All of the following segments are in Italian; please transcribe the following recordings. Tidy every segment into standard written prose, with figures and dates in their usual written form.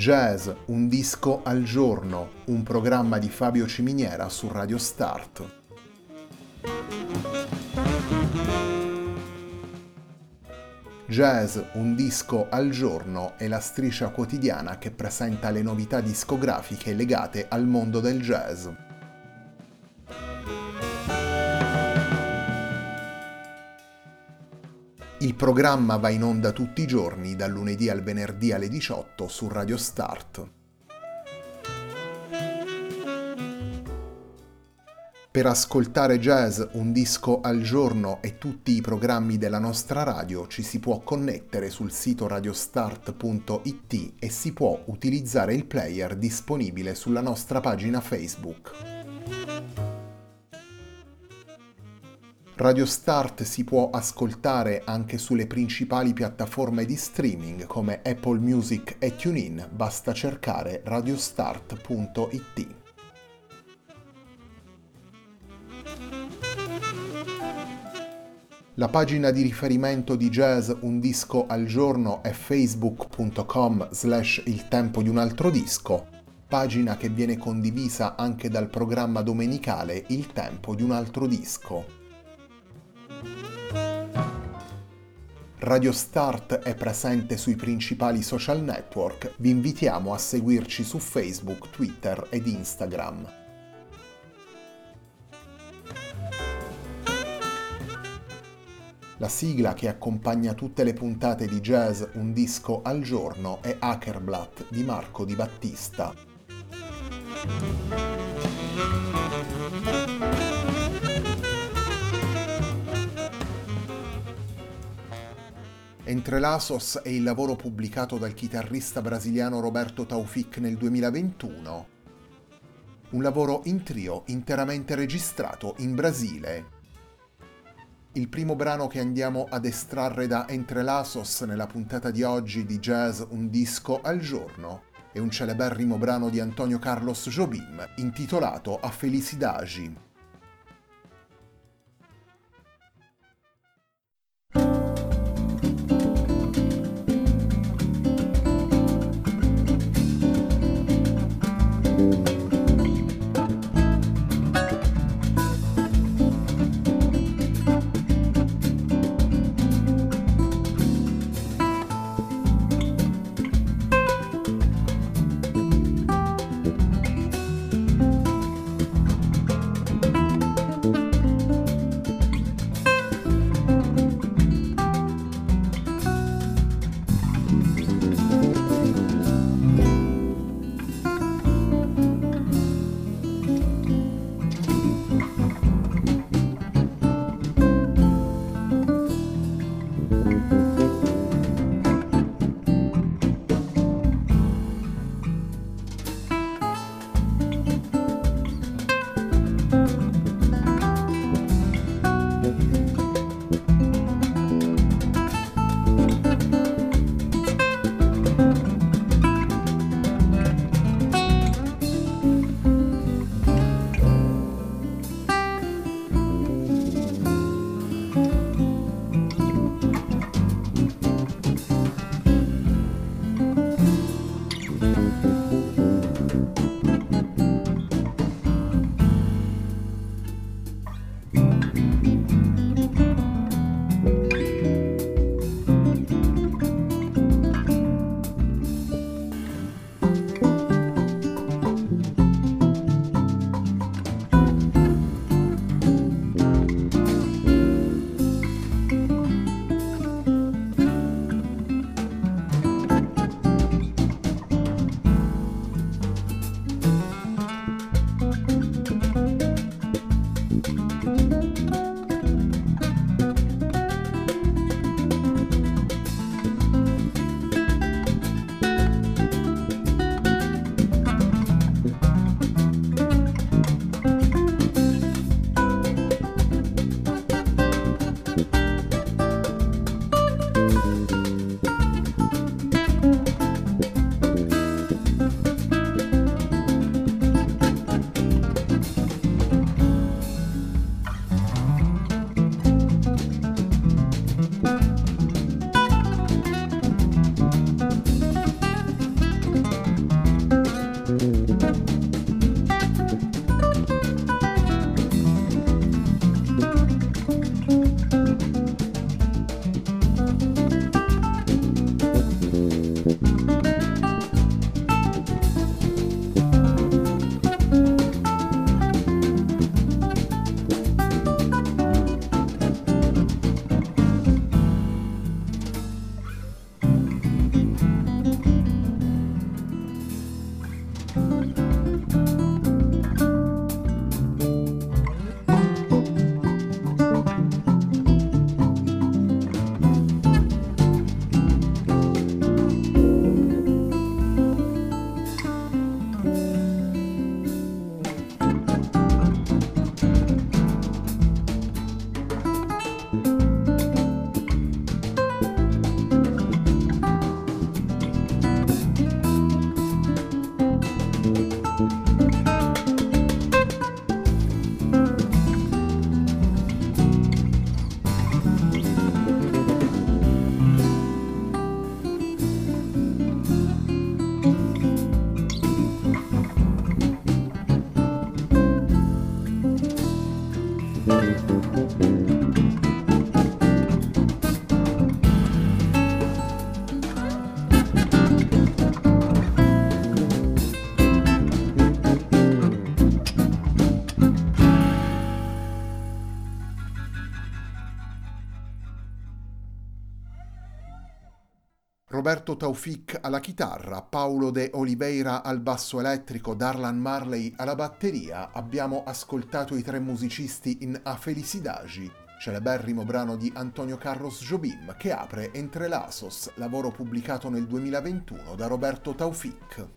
Jazz, un disco al giorno, un programma di Fabio Ciminiera su Radio Start. Jazz, un disco al giorno è la striscia quotidiana che presenta le novità discografiche legate al mondo del jazz. Il programma va in onda tutti i giorni, dal lunedì al venerdì alle 18 su Radio Start. Per ascoltare Jazz, un disco al giorno e tutti i programmi della nostra radio ci si può connettere sul sito radiostart.it e si può utilizzare il player disponibile sulla nostra pagina Facebook. Radio Start si può ascoltare anche sulle principali piattaforme di streaming come Apple Music e TuneIn, basta cercare radiostart.it. La pagina di riferimento di Jazz Un Disco al Giorno è facebook.com/il tempo di un altro disco, pagina che viene condivisa anche dal programma domenicale Il tempo di un altro disco. Radio Start è presente sui principali social network, vi invitiamo a seguirci su Facebook, Twitter ed Instagram. La sigla che accompagna tutte le puntate di Jazz Un Disco al Giorno è Hackerblatt di Marco Di Battista. Entrelaços è il lavoro pubblicato dal chitarrista brasiliano Roberto Taufik nel 2021. Un lavoro in trio interamente registrato in Brasile. Il primo brano che andiamo ad estrarre da Entrelaços nella puntata di oggi di Jazz Un Disco al Giorno è un celeberrimo brano di Antonio Carlos Jobim intitolato A Felicidade. Roberto Taufik alla chitarra, Paulo de Oliveira al basso elettrico, Darlan Marley alla batteria. Abbiamo ascoltato i tre musicisti in A Felicidade, celeberrimo brano di Antonio Carlos Jobim che apre Entrelazos, lavoro pubblicato nel 2021 da Roberto Taufik.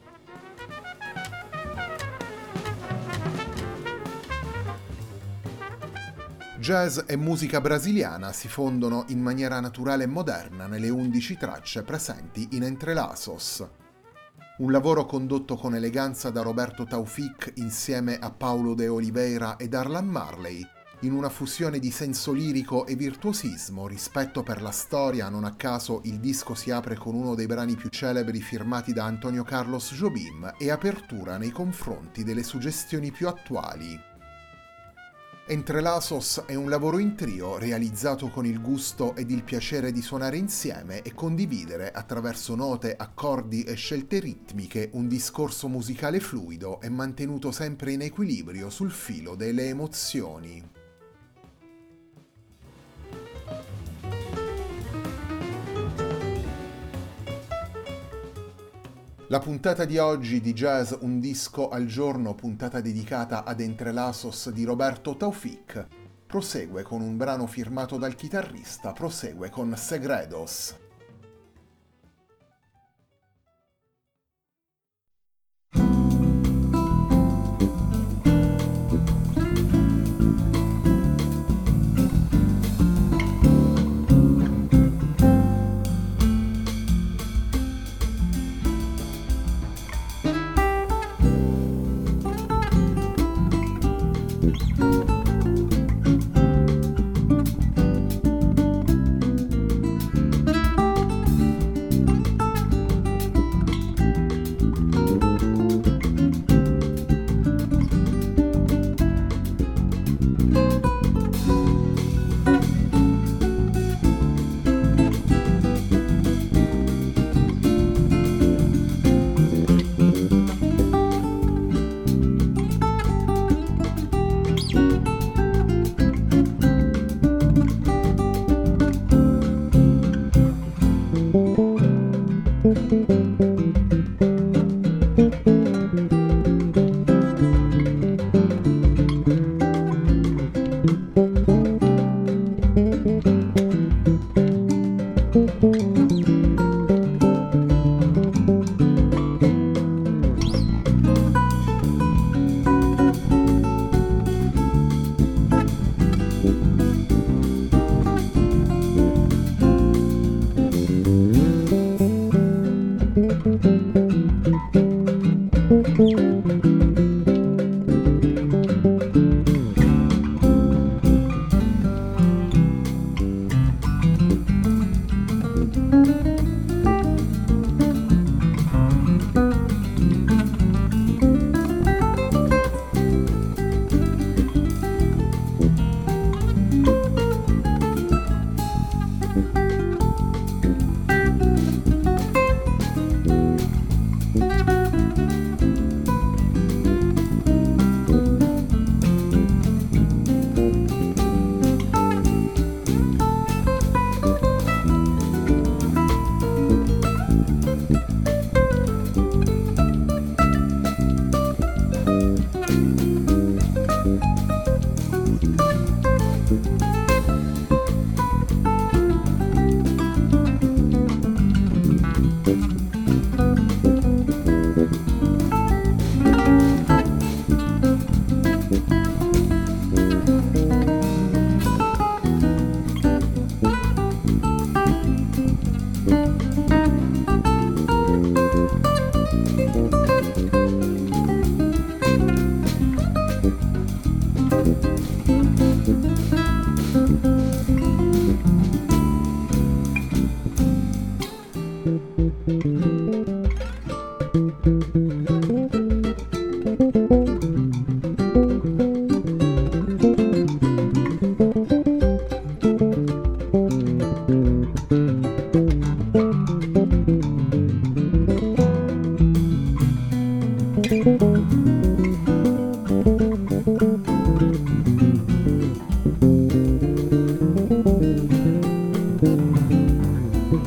Jazz e musica brasiliana si fondono in maniera naturale e moderna nelle 11 tracce presenti in Entrelazos. Un lavoro condotto con eleganza da Roberto Taufik insieme a Paulo de Oliveira e Darlan Marley, in una fusione di senso lirico e virtuosismo, rispetto per la storia. Non a caso il disco si apre con uno dei brani più celebri firmati da Antonio Carlos Jobim e apertura nei confronti delle suggestioni più attuali. Entrelazos è un lavoro in trio realizzato con il gusto ed il piacere di suonare insieme e condividere attraverso note, accordi e scelte ritmiche un discorso musicale fluido e mantenuto sempre in equilibrio sul filo delle emozioni. La puntata di oggi di Jazz Un Disco al Giorno, puntata dedicata ad Entrelazos di Roberto Taufik, prosegue con un brano firmato dal chitarrista, prosegue con Segredos.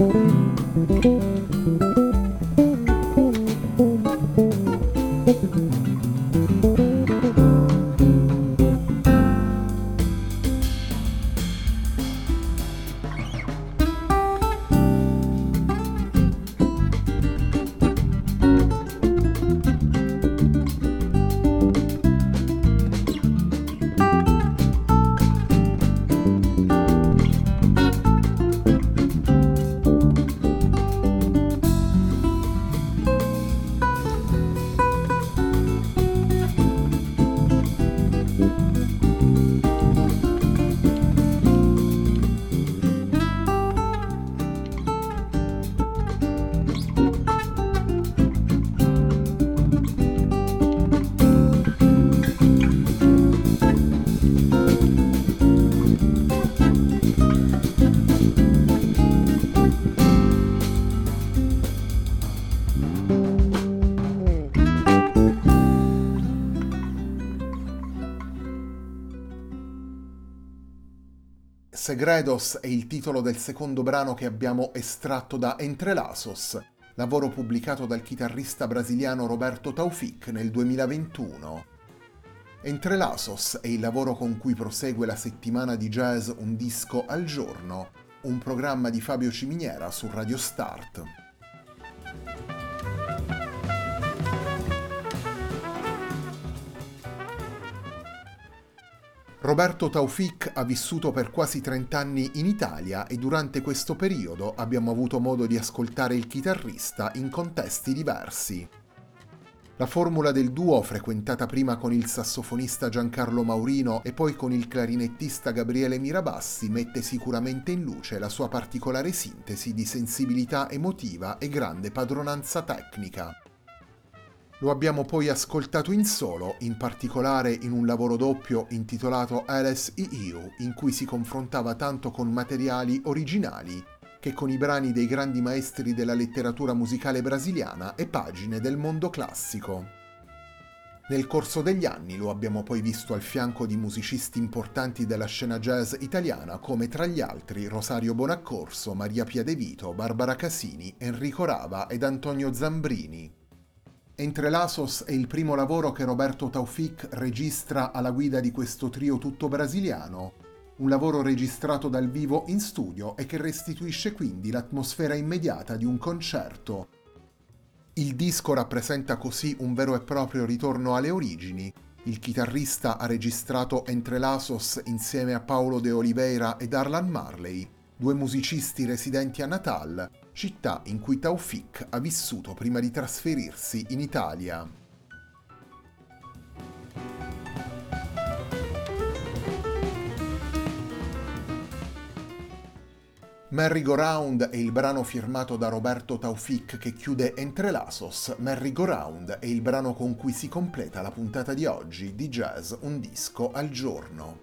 Segredos è il titolo del secondo brano che abbiamo estratto da Entrelaços, lavoro pubblicato dal chitarrista brasiliano Roberto Taufik nel 2021. Entrelaços è il lavoro con cui prosegue la settimana di jazz Un disco al giorno, un programma di Fabio Ciminiera su Radio Start. Roberto Taufik ha vissuto per quasi 30 anni in Italia e durante questo periodo abbiamo avuto modo di ascoltare il chitarrista in contesti diversi. La formula del duo, frequentata prima con il sassofonista Giancarlo Maurino e poi con il clarinettista Gabriele Mirabassi, mette sicuramente in luce la sua particolare sintesi di sensibilità emotiva e grande padronanza tecnica. Lo abbiamo poi ascoltato in solo, in particolare in un lavoro doppio intitolato Alice e Io, in cui si confrontava tanto con materiali originali che con i brani dei grandi maestri della letteratura musicale brasiliana e pagine del mondo classico. Nel corso degli anni lo abbiamo poi visto al fianco di musicisti importanti della scena jazz italiana come tra gli altri Rosario Bonaccorso, Maria Pia De Vito, Barbara Casini, Enrico Rava ed Antonio Zambrini. Entrelaços è il primo lavoro che Roberto Taufik registra alla guida di questo trio tutto brasiliano, un lavoro registrato dal vivo in studio e che restituisce quindi l'atmosfera immediata di un concerto. Il disco rappresenta così un vero e proprio ritorno alle origini. Il chitarrista ha registrato Entrelaços insieme a Paulo de Oliveira e Darlan Marley, due musicisti residenti a Natal, città in cui Taufik ha vissuto prima di trasferirsi in Italia. Merry Go Round è il brano firmato da Roberto Taufik che chiude Entrelaços. Merry Go Round è il brano con cui si completa la puntata di oggi di Jazz Un disco al giorno.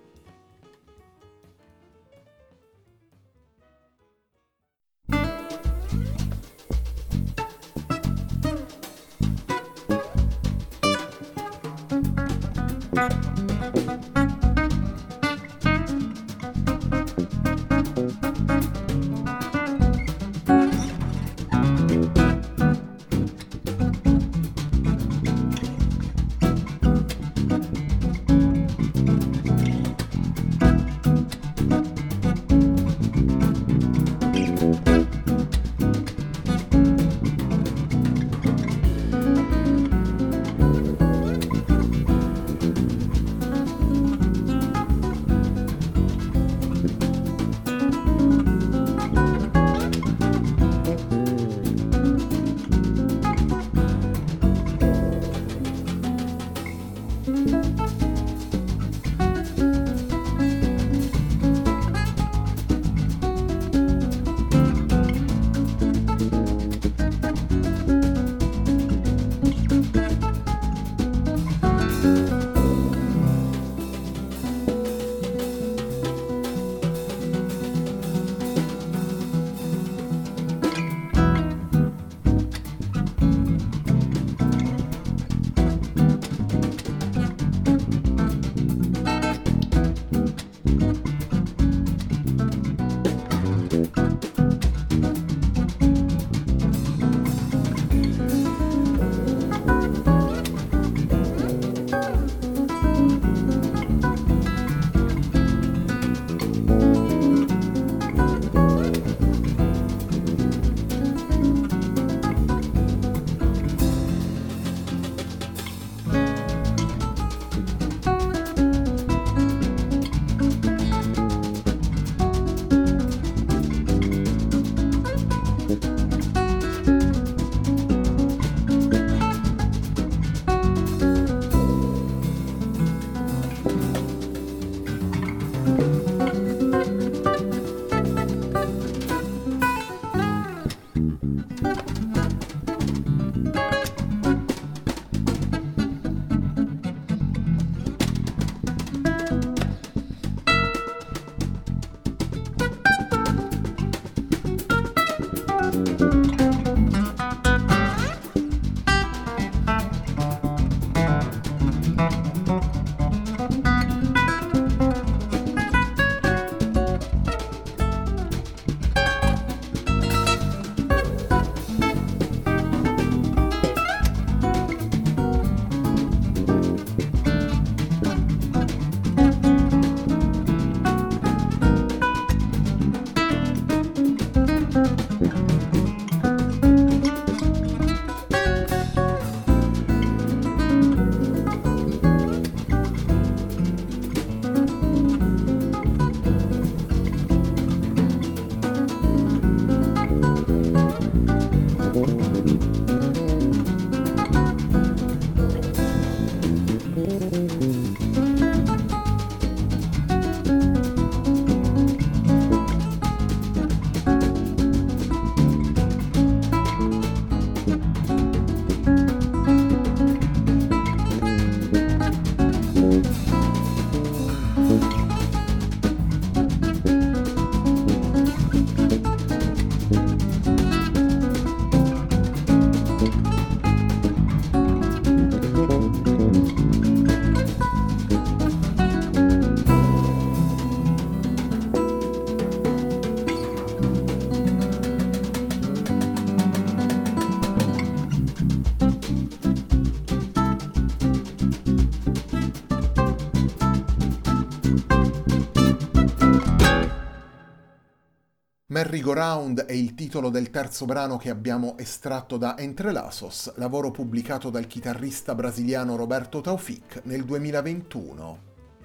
Merry-Go-Round è il titolo del terzo brano che abbiamo estratto da Entrelazos, lavoro pubblicato dal chitarrista brasiliano Roberto Taufik nel 2021.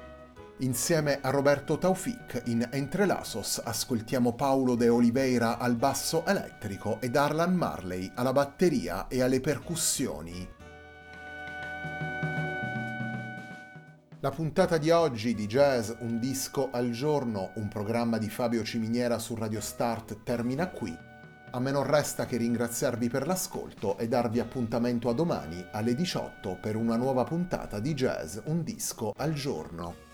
Insieme a Roberto Taufik in Entrelazos ascoltiamo Paulo de Oliveira al basso elettrico e Darlan Marley alla batteria e alle percussioni. La puntata di oggi di Jazz Un disco al giorno, un programma di Fabio Ciminiera su Radio Start, termina qui. A me non resta che ringraziarvi per l'ascolto e darvi appuntamento a domani alle 18 per una nuova puntata di Jazz Un disco al giorno.